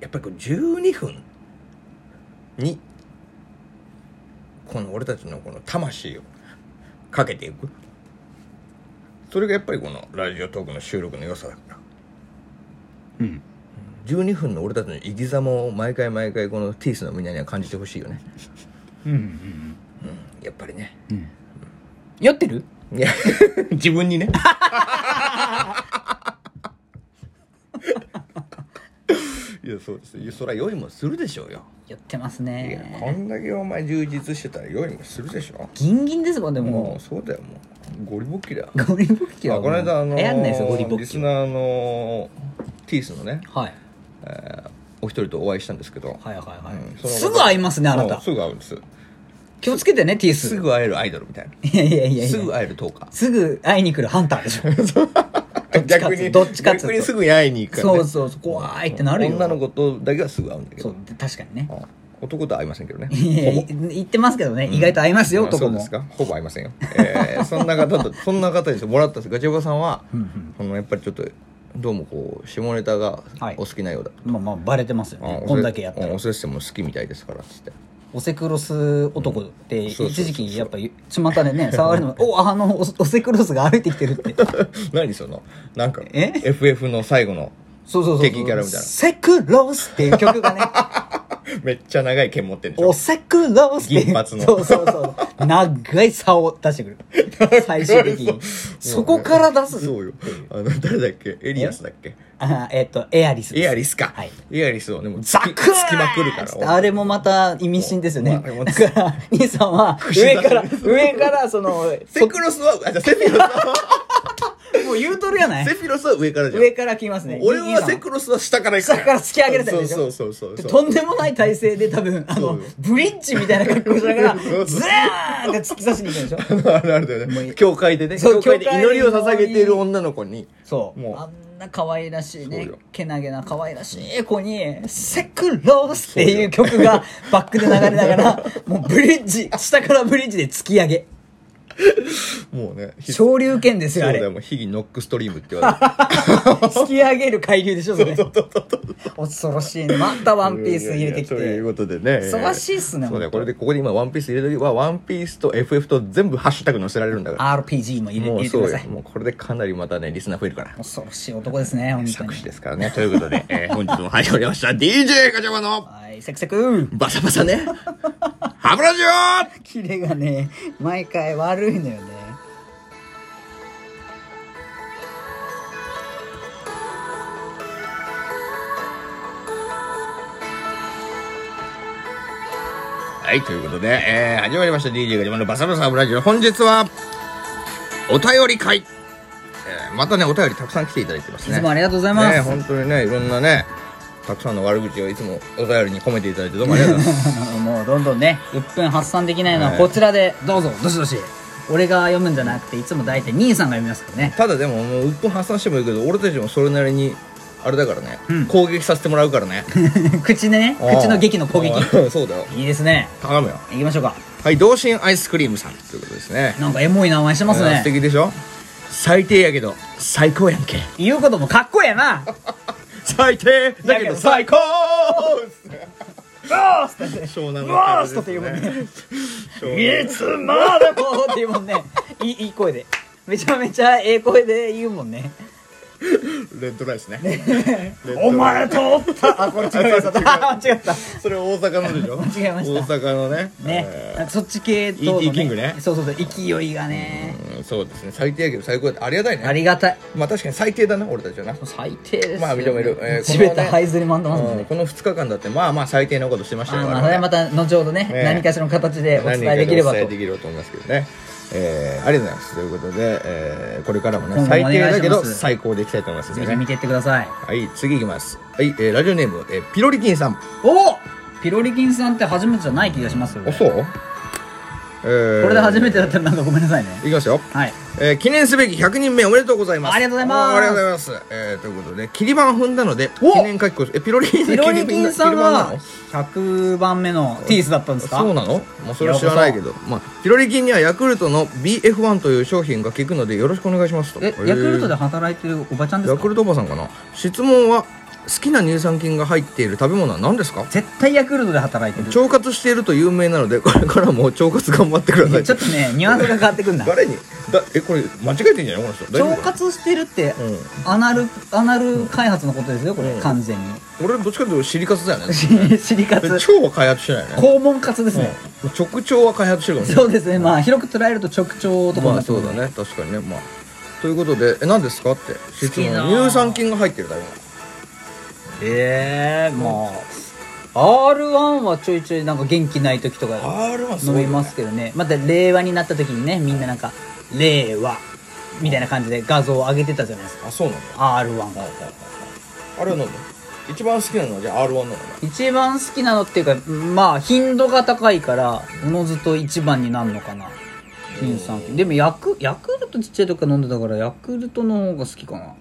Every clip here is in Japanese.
やっぱりこう12分にこの俺たちのこの魂をかけていく、それがやっぱりこのラジオトークの収録の良さだから、12分の俺たちの生き様を毎回毎回このティースのみんなには感じてほしいよね。やっぱりね、 酔ってる？ いや自分にねいやそうですよ、そりゃ酔いもするでしょうよ。 酔ってますいやね。 こんだけお前充実してたら酔いもするでしょ。 ギンギンですもん。でももうそうだよ、もうゴリボッキだよ。 ゴリボッキはこの間流行んないですよ、ゴリボッキ。 リスナーのティースのね、 はいお一人とお会いしたんですけど、 はいはいはい、 そのすぐ会いますね、あなた。 すぐ会うんです。 気をつけてね、ティース。 すぐ会えるアイドルみたいな。 いやいやいやいや、 すぐ会えるトーカー。 すぐ会いに来るハンターでしょ逆にどっちかっつうと逆にすぐに会いに行くから、ね、 そうそうそう、怖いってなるよ。 女の子とだけはすぐ会うんだけど、 そう確かにね。 男とは会いませんけどね。 いや言ってますけどね、意外と会いますよ、男も。 そうですか。ほぼ会いませんよ。そんな方ですよ。もらったんです。ガチョバさんは、やっぱりちょっとどうもこう下ネタがお好きなようだ。 まあバレてますよね。こんだけやったら。 おせっせも好きみたいですからつって。 オセクロス男って一時期やっぱ巷でね騒がれるのオセクロスが歩いてきてるって何そのなんか FF の最後の敵キャラみたいなセクロスっていう曲がねめっちゃ長い剣持ってるでしょ。 オセクロスっていう銀髪のそう長い差を出してくる最終的にそこから出す。 そうよ。誰だっけ、エリアスだっけ。 エアリスです。 エアリスか、エアリスをでもザクーつきまくるから。 あれもまた意味深ですよね。だから兄さんは上からそのセクロスはセフィロスはもう言うとるやない。 セフィロスは上からじゃん。 上から来ますね。 俺はセクロスは下から行くから。 下から突き上げるタイプでしょ。 そうとんでもない体勢で多分ブリッジみたいな格好しながらズーンって突き刺しに行くんでしょ。 あるだよね。教会でね。教会で祈りを捧げている女の子に。 そう。あんな可愛らしいね、けなげな可愛らしい子にセクロスっていう曲がバックで流れながらもうブリッジ下からブリッジで突き上げ。 もうね、 昇竜拳ですよあれ。 そうだよ、もうヒギノックストリームって言われて突き上げる海流でしょそれ。恐ろしいね。またワンピース入れてきて。 ということでね、 忙しいっすね。 そうだよ。これでここで今ワンピース入れときはワンピースと FF と全部ハッシュタグ載せられるんだから。 RPG も入れてください。 もうこれでかなりまたねリスナー増えるから。 恐ろしい男ですね本当に。 作詞ですからね。ということで、本日も始まりました DJ ガチャバのはいセクセクバサバサねハブラジオ。 キレがね毎回悪いのよね。 はい、ということで、始まりました DJ ガチャバのバサバサハブラジオ。本日はお便り会、またねお便りたくさん来ていただいてますね。 いつもありがとうございます。 本当にねいろんなねたくさんの悪口をいつもお便りに込めていただいてどうもありがとうございますもうどんどんね鬱憤発散できないのはこちらでどうぞどしどし。俺が読むんじゃなくていつも大体兄さんが読みますからね。 ただでももう鬱憤発散してもいいけど俺たちもそれなりにあれだからね、攻撃させてもらうからね口でね口の劇の攻撃そうだよ。 いいですね。 頼むよ。 行きましょうか。 はい、同心アイスクリームさんということですね。 なんかエモい名前してますね。 素敵でしょ。最低やけど最高やんけ。 言うこともかっこええな最低だけど最高ゴーストって湘南のゴーストって言うもんねいつまでもって言うもんねいい声でめちゃめちゃええ声で言うもんね。 レッドライスね。 お前とおったあこれ違う間違った。 それ大阪のでしょ。 間違えました。 大阪のねなんかそっち系と E.T. キングね。 そう勢いがね。 そうですね。最低やけど最高やってありがたいね。 ありがたい。 まあ確かに最低だな俺たちはな。 最低です。 まあ認める。 地べた這いずり回ってますもんね。 この2日間だってまあ最低なことしてましたよ。 また後ほどね何かしらの形でお伝えできればと。 お伝えできればと思いますけどね。ありがとうございます。ということで、これからもね最低だけど最高でいきたいと思いますので、 ぜひ見てってください。 はい次いきます。はい、ラジオネーム、ピロリキンさん。 おピロリキンさんって初めてじゃない気がしますよ。 そう。 これで初めてだったらなんかごめんなさいね。 いきますよ。 はい。 記念すべき100人目おめでとうございます。 ありがとうございます。 ありがとうございます。ということで切り板踏んだので記念書き込み。ピロリキンさんは100番目のティースだったんですか。 そうなの？もうそれは知らないけど、まあピロリキンにはヤクルトの BF1 という商品が効くのでよろしくお願いしますと。 ヤクルトで働いてるおばちゃんですか？ ヤクルトおばさんかな。質問はきな乳酸菌が入っている食べ物は何ですか？ 絶対ヤクルトで働いてる。 腸活していると有名なので、これからも腸活頑張ってください。 ちょっとねニュアンスが変わってくんだ。 誰にこれ間違えてんじゃないこの人。大丈夫腸活してるって、アナル開発のことですよこれ、完全に。 俺どっちかというと尻活だよね。 尻活。 腸は開発してないね。 肛門活ですね。 直腸は開発してるかもしれない。 そうですね。まあ広く捉えると直腸とかまあそうだね、確かにね。まあということで何ですかって質問。乳酸菌が入ってる食べ物。 まあ R1 はちょいちょいなんか元気ない時とか飲みますけどね。また令和になった時にね、みんななんか令和みたいな感じで画像を上げてたじゃないですか。 あ、そうなんだ。 R1 があれは何だ一番好きなのはじゃあ R1 なのかな。 一番好きなのっていうか、まあ頻度が高いからおのずと一番になるのかな、乳酸菌。でもヤクルトちっちゃい時から飲んでたからヤクルトの方が好きかな。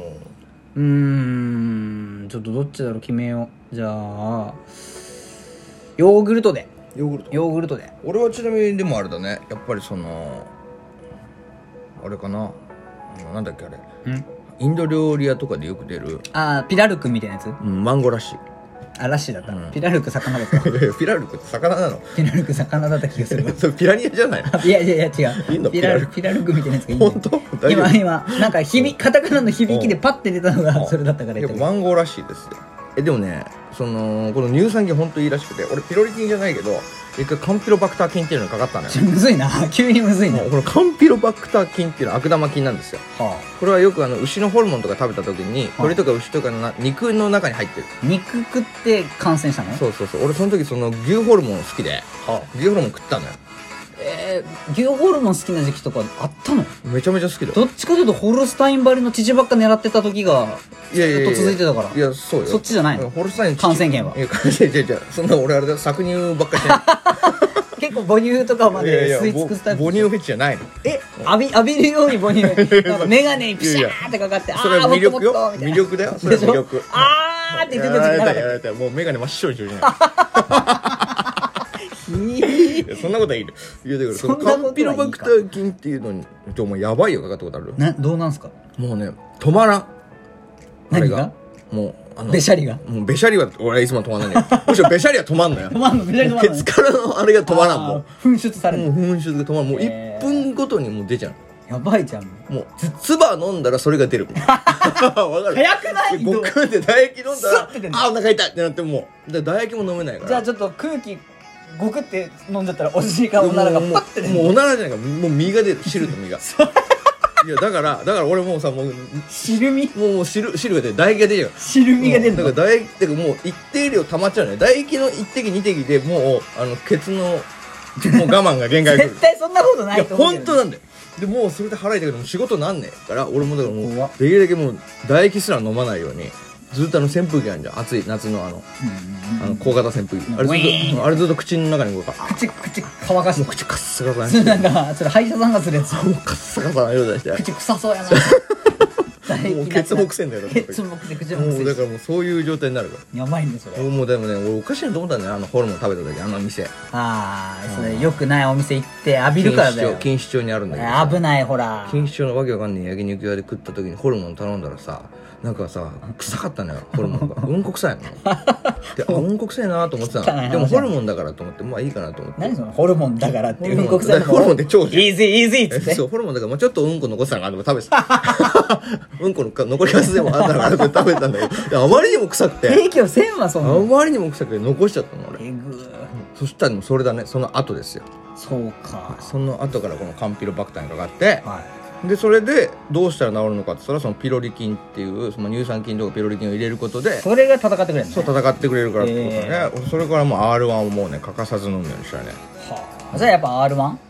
ちょっとどっちだろう、決めよう。じゃあヨーグルトで。ヨーグルトで。 俺はちなみにでもあれだね、やっぱりそのあれかな、なんだっけあれ、インド料理屋とかでよく出るピラルクみたいなやつ。 マンゴーラッシー。 ラッシーだった、ピラルク魚だった。 ピラルクって魚なの？ ピラルク魚だった気がする。 それピラニアじゃないの？ いや違う。ピラルクみたいなやつがいいんだよ。 本当？ 今なんかカタカナの響きでパッて出たのがそれだったから。 マンゴーラッシーですよ。でもね、この乳酸菌ほんといいらしくて、俺ピロリ菌じゃないけど一回カンピロバクター菌っていうのにかかったのよ。 むずいな、急にむずいな。 このカンピロバクター菌っていうのは悪玉菌なんですよ。これはよく牛のホルモンとか食べた時に鳥とか牛とかの肉の中に入ってる。 肉食って感染したの？ そう俺その時牛ホルモン好きで、牛ホルモン食ったのよ。 牛ホルモン好きな時期とかあったの？ めちゃめちゃ好きだよ。 どっちかというとホルスタインばりの乳ばっか狙ってた時がずっと続いてたから。 いやそうよ。 そっちじゃないの？ ホルスタイン感染源は。 いや違うそんな俺あれだ、搾乳ばっかりしてない。 結構母乳とかまで吸い尽くすタイプ。 母乳フェチじゃないの。 浴びるように母乳なんかメガネにピシャーってかかって、 それは魅力よ。魅力だよ。それは魅力。 って言ってた時なかった。 もうメガネ真っ白にしてるじゃない。そんなことはいいよ。いやだからそのカンピロバクター菌っていうのにお前やばいよ。かかったことある？ どうなんすか？ もうね止まらん。 何が？ もうべしゃりが？ もうべしゃりは俺はいつも止まんないよ。むしろべしゃりは止まんのよ。 止まんの？べしゃり止まんの？ ケツからのあれが止まらんもん。 噴出される。 もう噴出が止まらん。もう1分ごとにもう出ちゃう。 やばいじゃん。 もう唾飲んだらそれが出る。わかる？ 早くない？ ごくんで唾液飲んだらお腹痛いってなってもう唾液も飲めないから。 じゃあちょっと空気ごくって飲んじゃったらお尻かおならがパッて出る。 もうおならじゃないからもう身が出る。汁と身が。いやだから俺もうさもう汁味もう汁が出る。唾液が出るよ。 汁味が出るの。 だから唾液ってかもう一定量溜まっちゃうね。唾液の一滴二滴でもうケツのもう我慢が限界来る。 絶対そんなことないと思う。 いや本当なんだよ。でもうそれで腹痛いけども仕事なんねえから俺もだからもうできるだけもう唾液すら飲まないようにずっと扇風機あるじゃん。暑い夏の小型扇風機あれずっと口の中に口乾かして口カッサカサなんかそれ歯医者さんがするやつ。 もうカッサカサな色出して口臭そうやな。 もうケツもくせんだよ。 ケツもくせ口もくせ。 もうだからもうそういう状態になるから。 やばいんですよ。 もうでもね俺おかしいなと思ったんだよ。ホルモン食べた時店。 それ良くないお店行って浴びるからだよ。 錦糸町にあるんだけど危ないほら。 錦糸町のわけわかんない焼肉屋で食った時にホルモン頼んだらさなんかさ臭かったのよホルモンが。うんこ臭いの。でうんこ臭いなと思ってたの。でもホルモンだからと思ってまあいいかなと思って。 何そのホルモンだからってうんこ臭いの。 ホルモンって超じゃん。 イージーっつって。 そうホルモンだからもうちょっとうんこ残ってたのかなと食べてた。うんこの残りかすでもあったのかなって食べたんだけどあまりにも臭くて提供せんわそんな。 あまりにも臭くて残しちゃったの俺。 えぐ。 そしたらでもそれだね。その後ですよ。 そうか。 その後からこのカンピロバクターにかかって、でそれでどうしたら治るのかって言ったらそのピロリ菌っていうその乳酸菌とかピロリ菌を入れることでそれが戦ってくれるんだね。 そう戦ってくれるからってことだね。それからもう R1 をもうね欠かさず飲むようにしたね。 じゃあやっぱ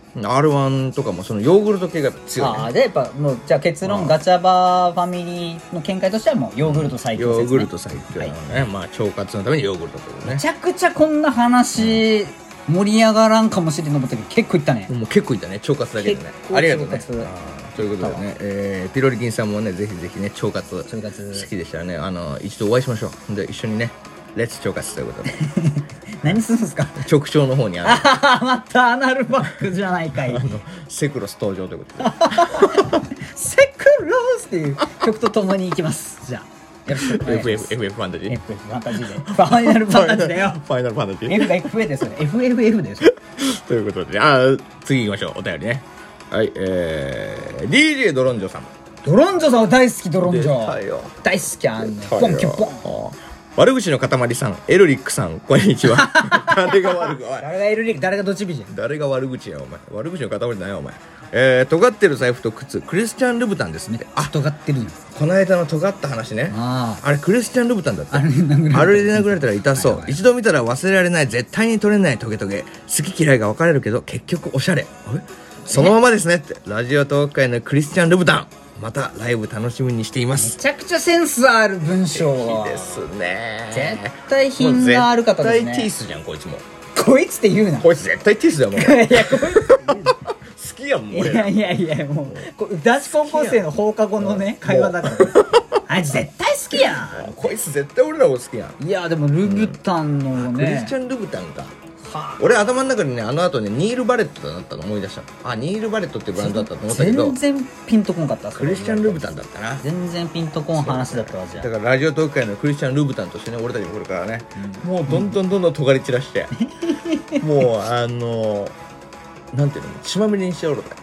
R1？R1 とかもそのヨーグルト系がやっぱ強い、ね。 でやっぱもうじゃあ結論ガチャバファミリーの見解としてはもうヨーグルト最強説ね。 ヨーグルト最強なのね。まあ腸活のためにヨーグルトというね。 めちゃくちゃこんな話盛り上がらんかもしれんと思ったけど結構いったね。 もう結構いったね腸活だけでね。ありがとうね。ということでね、ピロリ菌さんもねぜひぜひね腸活好きでしたらね一度お会いしましょう。で一緒にねレッツ腸活ということで何するんですか？ 直腸の方にまたアナルバックじゃないかい。 セクロス登場ということでセクロスっていう曲とともに行きます。じゃあろしくお願いします。 FF ファンタジー FF ファンタジーでファイナルファンタジーだよ。 ファイナルファンタジー F が FF ですよね。FFF ですよ。 ということで、次行きましょう。お便りね。はい、DJ ドロンジョさん。 ドロンジョさん大好き。ドロンジ出たョよ大好き。ポンキュポン。 悪口の塊さん、エルリックさん、こんにちは。誰が悪口、おい誰がエルリック、誰がドチビじゃん。 誰が悪口や、お前。悪口の塊だよ、お前。尖ってる財布と靴、クリスチャン・ルブタンですね。 尖ってるよ。 この間の尖った話ね。 あれ、クリスチャン・ルブタンだった。 あれで殴られたあれで殴られたら痛そう。一度見たら忘れられない、絶対に取れないトゲトゲ。好き嫌いが分かれるけど、結局おしゃれ。そのままですねって。ラジオトーク界のクリスチャン・ルブタン。またライブ楽しみにしています。 めちゃくちゃセンスある文章いいですね。 絶対品がある方ですね。 絶対ティースじゃん、こいつも。 こいつって言うな。 こいつ絶対ティースだもん。 いやこいつ好きやん、もう俺ら。 いやもう男子高校生の放課後のね会話だからあいつ絶対好きやん。 こいつ絶対俺らも好きやん。 いやでもルブタンのね、 クリスチャン・ルブタンか。俺頭の中にね、あの後ね、ニール・バレットだったの思い出した。ニール・バレットっていうブランドだったと思ったけど、 全然ピンとこんかった。 クリスチャン・ルブタンだったな。 全然ピンとこん話だったわ。じゃあだからラジオトーク界のクリスチャン・ルブタンとしてね、俺たちもこれからね、もうどんどん尖り散らしてもうなんていうの、血まみれにしておるから。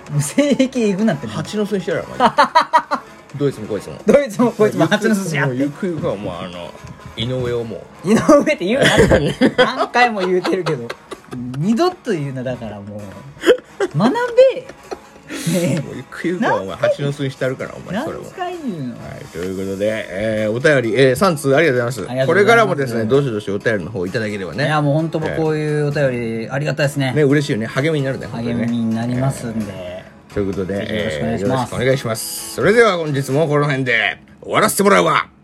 もう性癖えぐなってね。 蜂の巣にしてやるわ、マジで。どいつもこいつも。 どいつもこいつも蜂の巣やもうゆくゆくはもう井上をもう。 井上って言うなって何回も言うてるけど二度と言うな。だからもう学べねもうゆくゆくはお前蜂の巣にしてあるから、お前それも。 何回言うの。 はい、ということで、お便り、3通ありがとうございます。これからもですね、どしどしお便りの方いただければね。 いやもう本当こういうお便りありがたいですね。 ね、嬉しいよね。励みになるね。 励みになりますんで。 ということで、 よろしくお願いします。 よろしくお願いします。それでは本日もこの辺で終わらせてもらうわ。